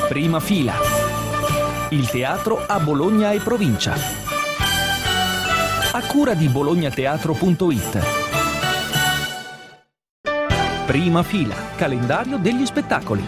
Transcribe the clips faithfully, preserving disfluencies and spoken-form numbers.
Prima fila. Il teatro a Bologna e provincia. A cura di bolognateatro punto it. Prima fila. Calendario degli spettacoli.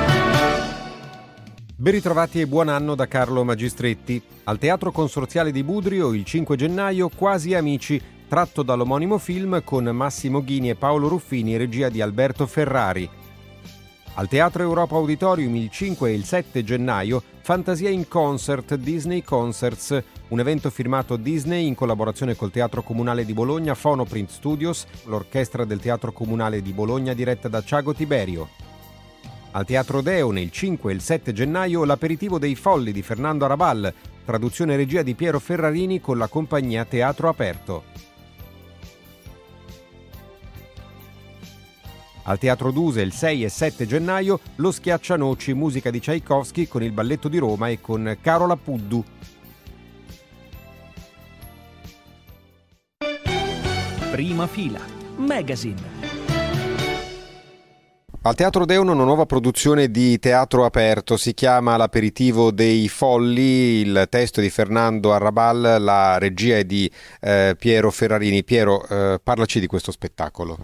Ben ritrovati e buon anno da Carlo Magistretti. Al Teatro Consorziale di Budrio il cinque gennaio Quasi Amici, tratto dall'omonimo film con Massimo Ghini e Paolo Ruffini, regia di Alberto Ferrari. Al Teatro Europa Auditorium il cinque e il sette gennaio Fantasia in Concert Disney Concerts, un evento firmato Disney in collaborazione col Teatro Comunale di Bologna, Phonoprint Studios, l'orchestra del Teatro Comunale di Bologna diretta da Ciago Tiberio. Al Teatro Odeone il cinque e il sette gennaio L'aperitivo dei folli di Fernando Arrabal, traduzione e regia di Piero Ferrarini con la compagnia Teatro Aperto. Al Teatro Duse il sei e sette gennaio Lo Schiaccianoci, musica di Tchaikovsky con il Balletto di Roma e con Carola Puddu. Prima fila. Magazine. Al Teatro Odeone una nuova produzione di teatro aperto, si chiama L'aperitivo dei folli, il testo è di Fernando Arrabal, la regia è di eh, Piero Ferrarini. Piero, eh, parlaci di questo spettacolo.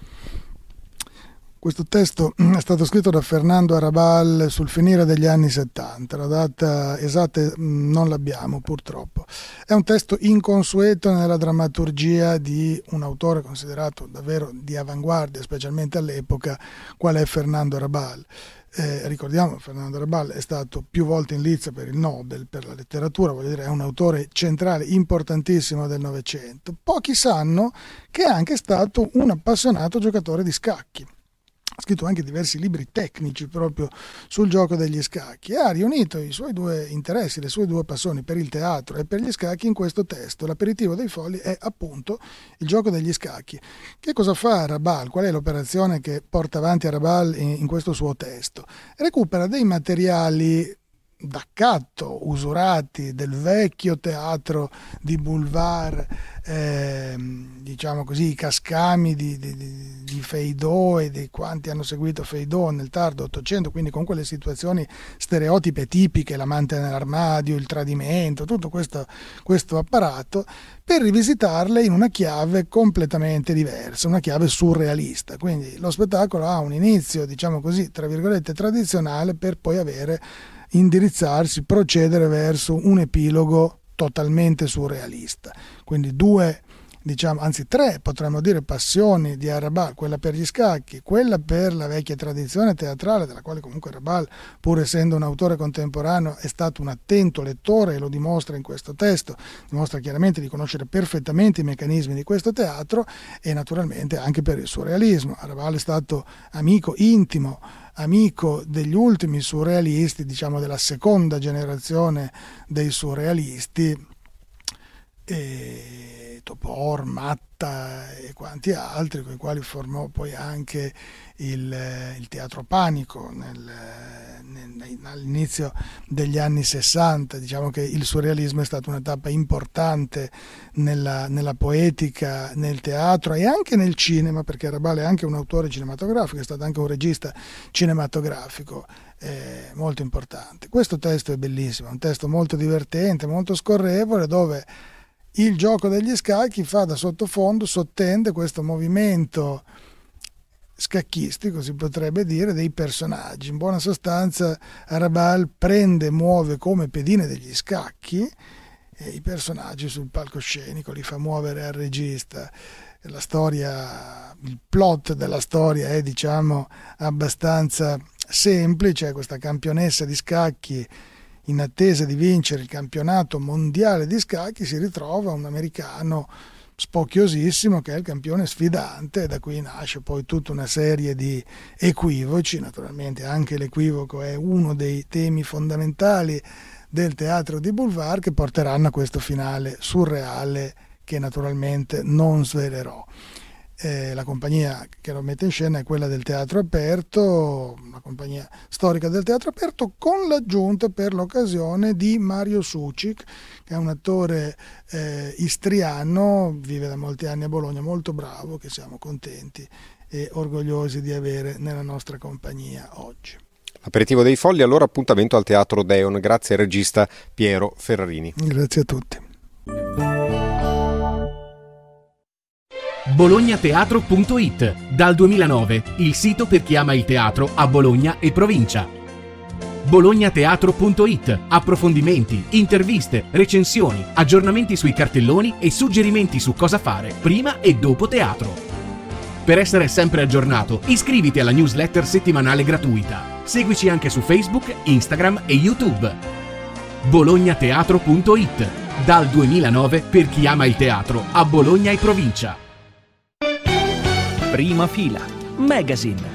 Questo testo è stato scritto da Fernando Arrabal sul finire degli anni settanta, la data esatta non l'abbiamo purtroppo. È un testo inconsueto nella drammaturgia di un autore considerato davvero di avanguardia, specialmente all'epoca, qual è Fernando Arrabal. Eh, ricordiamo, Fernando Arrabal è stato più volte in lizza per il Nobel per la letteratura, voglio dire, è un autore centrale, importantissimo del Novecento. Pochi sanno che è anche stato un appassionato giocatore di scacchi. Ha scritto anche diversi libri tecnici proprio sul gioco degli scacchi e ha riunito i suoi due interessi, le sue due passioni per il teatro e per gli scacchi in questo testo. L'aperitivo dei folli è appunto il gioco degli scacchi. Che cosa fa Arrabal? Qual è l'operazione che porta avanti Arrabal in, in questo suo testo? Recupera dei materiali d'accatto, usurati del vecchio teatro di boulevard, eh, diciamo così, i cascami di, di, di Feydeau e di quanti hanno seguito Feydeau nel tardo Ottocento, quindi con quelle situazioni stereotipe tipiche, l'amante nell'armadio, il tradimento, tutto questo, questo apparato, per rivisitarle in una chiave completamente diversa, una chiave surrealista. Quindi lo spettacolo ha un inizio, diciamo così, tra virgolette tradizionale, per poi avere indirizzarsi, procedere verso un epilogo totalmente surrealista. Quindi due, diciamo, anzi tre, potremmo dire, passioni di Arrabal, quella per gli scacchi, quella per la vecchia tradizione teatrale, della quale comunque Arrabal, pur essendo un autore contemporaneo, è stato un attento lettore e lo dimostra in questo testo, dimostra chiaramente di conoscere perfettamente i meccanismi di questo teatro, e naturalmente anche per il surrealismo. Arrabal è stato amico intimo, amico degli ultimi surrealisti, diciamo della seconda generazione dei surrealisti, e Topor, Matta e quanti altri, con i quali formò poi anche il, il Teatro Panico nel, nel, all'inizio degli anni sessanta. Diciamo che il surrealismo è stata una tappa importante nella, nella poetica, nel teatro e anche nel cinema, perché Arrabal è anche un autore cinematografico, è stato anche un regista cinematografico eh, molto importante. Questo testo è bellissimo, è un testo molto divertente, molto scorrevole, dove il gioco degli scacchi fa da sottofondo, sottende questo movimento scacchistico, si potrebbe dire, dei personaggi. In buona sostanza Arrabal prende, muove come pedine degli scacchi e i personaggi sul palcoscenico, li fa muovere al regista. La storia, il plot della storia è, diciamo, abbastanza semplice. Questa campionessa di scacchi, in attesa di vincere il campionato mondiale di scacchi, si ritrova un americano spocchiosissimo che è il campione sfidante, e da qui nasce poi tutta una serie di equivoci. Naturalmente anche l'equivoco è uno dei temi fondamentali del teatro di boulevard, che porteranno a questo finale surreale che naturalmente non svelerò. Eh, la compagnia che lo mette in scena è quella del Teatro Aperto, una compagnia storica del Teatro Aperto, con l'aggiunta per l'occasione di Mario Sucic, che è un attore eh, istriano, vive da molti anni a Bologna, molto bravo, che siamo contenti e orgogliosi di avere nella nostra compagnia oggi. Aperitivo dei Folli, allora appuntamento al Teatro Deon. Grazie al regista Piero Ferrarini. Grazie a tutti. bolognateatro punto it, dal duemilanove il sito per chi ama il teatro a Bologna e provincia. bolognateatro punto it, approfondimenti, interviste, recensioni, aggiornamenti sui cartelloni e suggerimenti su cosa fare prima e dopo teatro. Per essere sempre aggiornato, iscriviti alla newsletter settimanale gratuita. Seguici anche su Facebook, Instagram e YouTube. bolognateatro punto it, dal duemilanove per chi ama il teatro a Bologna e provincia. Prima fila, magazine.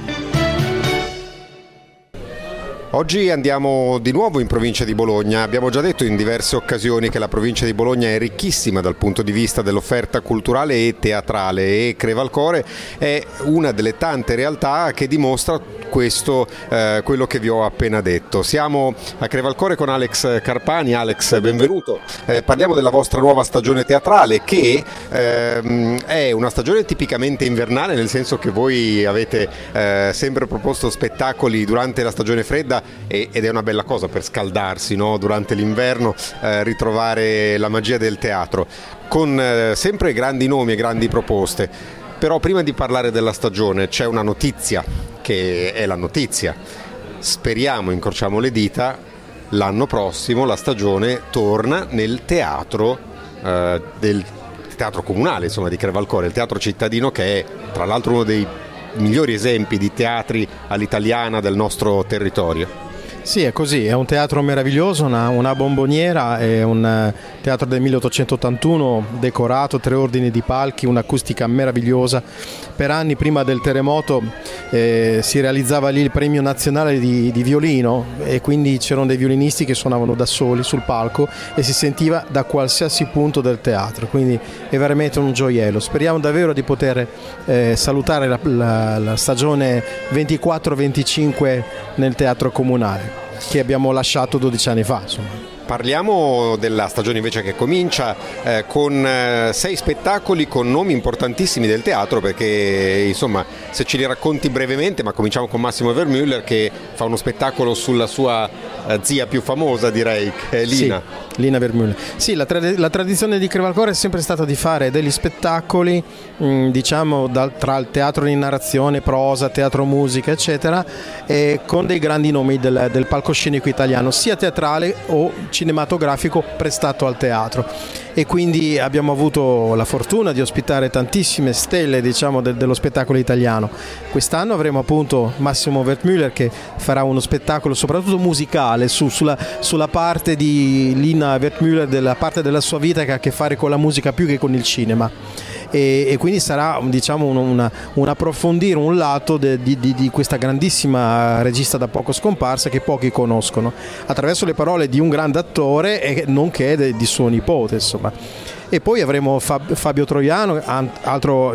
Oggi andiamo di nuovo in provincia di Bologna. Abbiamo già detto in diverse occasioni che la provincia di Bologna è ricchissima dal punto di vista dell'offerta culturale e teatrale, e Crevalcore è una delle tante realtà che dimostra questo, eh, quello che vi ho appena detto. Siamo a Crevalcore con Alex Carpani. Alex, benvenuto. Eh, parliamo della vostra nuova stagione teatrale, che ehm, è una stagione tipicamente invernale, nel senso che voi avete eh, sempre proposto spettacoli durante la stagione fredda, ed è una bella cosa per scaldarsi, no? Durante l'inverno eh, ritrovare la magia del teatro, con eh, sempre grandi nomi e grandi proposte. Però prima di parlare della stagione c'è una notizia che è la notizia. Speriamo, incrociamo le dita, l'anno prossimo la stagione torna nel teatro eh, del teatro comunale, insomma, di Crevalcore, il teatro cittadino, che è tra l'altro uno dei migliori esempi di teatri all'italiana del nostro territorio. Sì, è così, è un teatro meraviglioso, una, una bomboniera, è un teatro del milleottocentottantuno decorato, tre ordini di palchi, un'acustica meravigliosa. Per anni prima del terremoto eh, si realizzava lì il premio nazionale di, di violino, e quindi c'erano dei violinisti che suonavano da soli sul palco e si sentiva da qualsiasi punto del teatro, quindi è veramente un gioiello. Speriamo davvero di poter eh, salutare la, la, la stagione ventiquattro venticinque nel teatro comunale, che abbiamo lasciato dodici anni fa, insomma. Parliamo della stagione invece che comincia eh, con eh, sei spettacoli con nomi importantissimi del teatro, perché insomma, se ce li racconti brevemente, ma cominciamo con Massimo Vermüller, che fa uno spettacolo sulla sua eh, zia più famosa, direi, che è Lina. Sì, Lina Vermüller. Sì, la, tra- la tradizione di Crevalcore è sempre stata di fare degli spettacoli mh, diciamo da, tra il teatro di narrazione, prosa, teatro musica eccetera, e con dei grandi nomi del, del palcoscenico italiano, sia teatrale o cinematografico prestato al teatro, e quindi abbiamo avuto la fortuna di ospitare tantissime stelle, diciamo, de- dello spettacolo italiano. Quest'anno avremo appunto Massimo Vermüller, che farà uno spettacolo soprattutto musicale su, sulla, sulla parte di Lina Vermüller, della parte della sua vita che ha a che fare con la musica più che con il cinema. E, e quindi sarà, diciamo, un, una, un approfondire un lato de, di, di, di questa grandissima regista da poco scomparsa, che pochi conoscono, attraverso le parole di un grande attore e nonché de, di suo nipote, insomma. E poi avremo Fabio Troiano, altro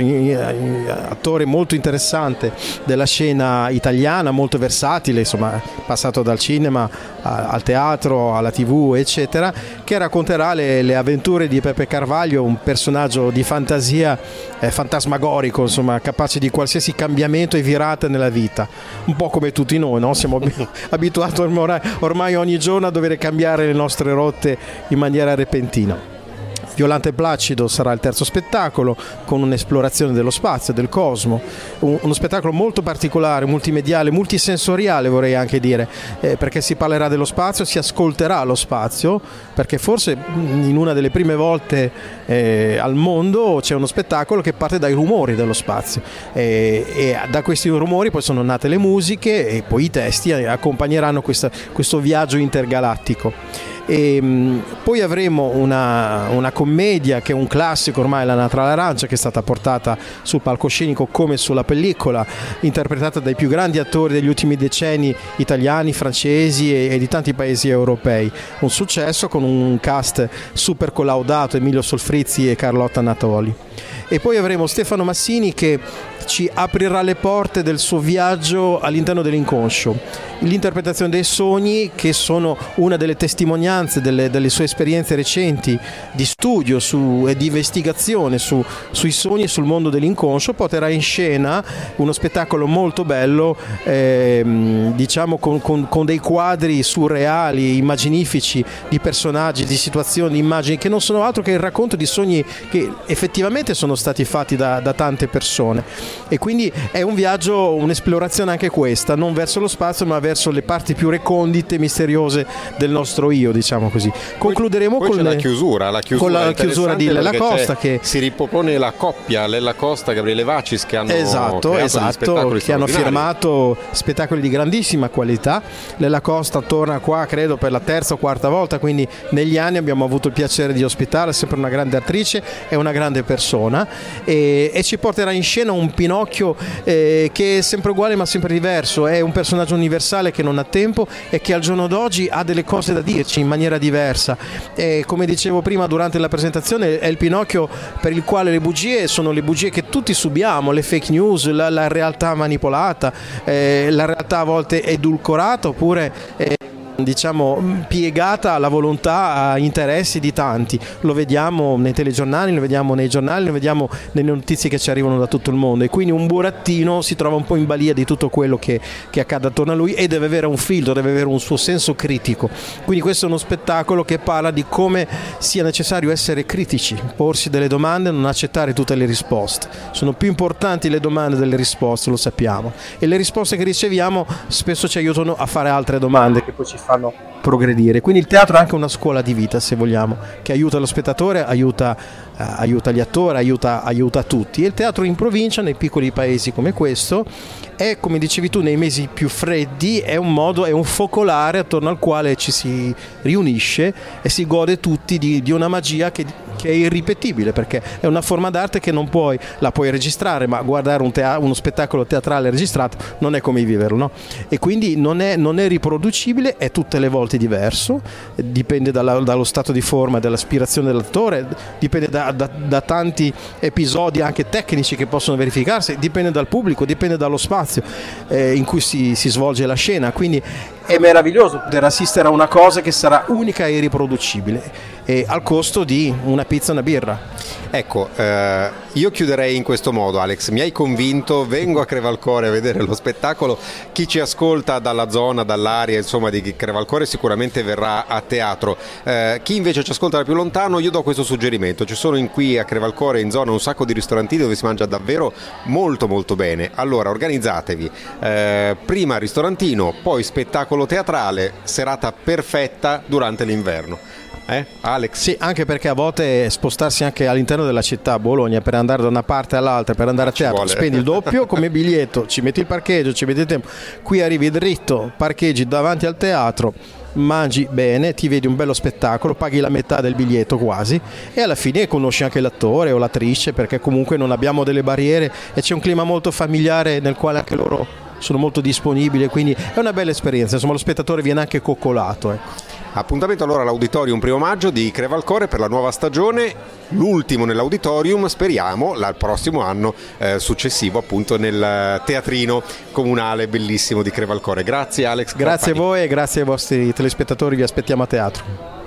attore molto interessante della scena italiana, molto versatile, insomma, passato dal cinema al teatro, alla tivù eccetera, che racconterà le, le avventure di Pepe Carvalho, un personaggio di fantasia eh, fantasmagorico, insomma, capace di qualsiasi cambiamento e virata nella vita, un po' come tutti noi, no? Siamo abituati ormai, ormai ogni giorno a dover cambiare le nostre rotte in maniera repentina. Violante e Placido sarà il terzo spettacolo, con un'esplorazione dello spazio, del cosmo, uno spettacolo molto particolare, multimediale, multisensoriale, vorrei anche dire, eh, perché si parlerà dello spazio, si ascolterà lo spazio, perché forse in una delle prime volte eh, al mondo c'è uno spettacolo che parte dai rumori dello spazio, e, e da questi rumori poi sono nate le musiche e poi i testi accompagneranno questa, questo viaggio intergalattico. E mh, poi avremo una, una commedia che è un classico ormai, La Natra all'arancia, che è stata portata sul palcoscenico come sulla pellicola, interpretata dai più grandi attori degli ultimi decenni, italiani, francesi e, e di tanti paesi europei. Un successo con un cast super collaudato, Emilio Solfrizzi e Carlotta Natoli. e poi avremo Stefano Massini che ci aprirà le porte del suo viaggio all'interno dell'inconscio, l'interpretazione dei sogni, che sono una delle testimonianze delle, delle sue esperienze recenti di studio su, e di investigazione su, sui sogni e sul mondo dell'inconscio. Porterà in scena uno spettacolo molto bello, eh, diciamo con, con, con dei quadri surreali, immaginifici, di personaggi, di situazioni, di immagini che non sono altro che il racconto di sogni che effettivamente sono stati fatti da, da tante persone. E quindi è un viaggio, un'esplorazione anche questa, non verso lo spazio ma verso le parti più recondite, misteriose del nostro io, diciamo così. Concluderemo poi, poi con, c'è le, la chiusura, la chiusura, con la chiusura di Lella Costa, che si ripropone la coppia Lella Costa e Gabriele Vacis, che hanno esatto, esatto, che hanno firmato spettacoli di grandissima qualità. Lella Costa torna qua credo per la terza o quarta volta, quindi negli anni abbiamo avuto il piacere di ospitarla, è sempre una grande attrice, è una grande persona, e, e ci porterà in scena un Pinocchio eh, che è sempre uguale ma sempre diverso, è un personaggio universale che non ha tempo e che al giorno d'oggi ha delle cose da dirci in maniera diversa. E come dicevo prima durante la presentazione, è il Pinocchio per il quale le bugie sono le bugie che tutti subiamo, le fake news, la, la realtà manipolata, eh, la realtà a volte edulcorata oppure eh, diciamo piegata alla volontà, a interessi di tanti. Lo vediamo nei telegiornali, lo vediamo nei giornali, lo vediamo nelle notizie che ci arrivano da tutto il mondo, e quindi un burattino si trova un po' in balia di tutto quello che, che accade attorno a lui, e deve avere un filtro, deve avere un suo senso critico. Quindi questo è uno spettacolo che parla di come sia necessario essere critici, porsi delle domande, non accettare tutte le risposte. Sono più importanti le domande delle risposte, lo sappiamo, e le risposte che riceviamo spesso ci aiutano a fare altre domande che poi ci fanno progredire. Quindi il teatro è anche una scuola di vita, se vogliamo, che aiuta lo spettatore, aiuta, eh, aiuta gli attori, aiuta, aiuta tutti. E il teatro in provincia, nei piccoli paesi come questo, è, come dicevi tu, nei mesi più freddi, è un modo, è un focolare attorno al quale ci si riunisce e si gode tutti di, di una magia che, che è irripetibile, perché è una forma d'arte che non puoi, la puoi registrare, ma guardare un tea- uno spettacolo teatrale registrato non è come viverlo, no? E quindi non è, non è riproducibile, è tutte le volte diverso, dipende dalla, dallo stato di forma, dall'aspirazione dell'attore, dipende da, da, da tanti episodi anche tecnici che possono verificarsi, dipende dal pubblico, dipende dallo spazio eh, in cui si, si svolge la scena. Quindi è meraviglioso poter assistere a una cosa che sarà unica e irriproducibile, e al costo di una pizza e una birra. Ecco, eh, io chiuderei in questo modo, Alex, mi hai convinto, vengo a Crevalcore a vedere lo spettacolo. Chi ci ascolta dalla zona, dall'area insomma di Crevalcore sicuramente verrà a teatro, eh, chi invece ci ascolta da più lontano, io do questo suggerimento: ci sono in qui a Crevalcore in zona un sacco di ristorantini dove si mangia davvero molto molto bene, allora organizzatevi, eh, prima ristorantino, poi spettacolo teatrale, serata perfetta durante l'inverno. Eh, Alex? Sì, anche perché a volte spostarsi anche all'interno della città, Bologna, per andare da una parte all'altra, per andare a teatro, spendi il doppio come biglietto, ci metti il parcheggio, ci metti il tempo. Qui arrivi dritto, parcheggi davanti al teatro, mangi bene, ti vedi un bello spettacolo, paghi la metà del biglietto quasi, e alla fine conosci anche l'attore o l'attrice, perché comunque non abbiamo delle barriere e c'è un clima molto familiare nel quale anche loro sono molto disponibili, quindi è una bella esperienza, insomma lo spettatore viene anche coccolato, ecco. Appuntamento allora all'Auditorium primo maggio di Crevalcore per la nuova stagione, l'ultimo nell'Auditorium, speriamo il prossimo anno eh, successivo appunto nel teatrino comunale bellissimo di Crevalcore. Grazie Alex. Grazie a voi e grazie ai vostri telespettatori, vi aspettiamo a teatro.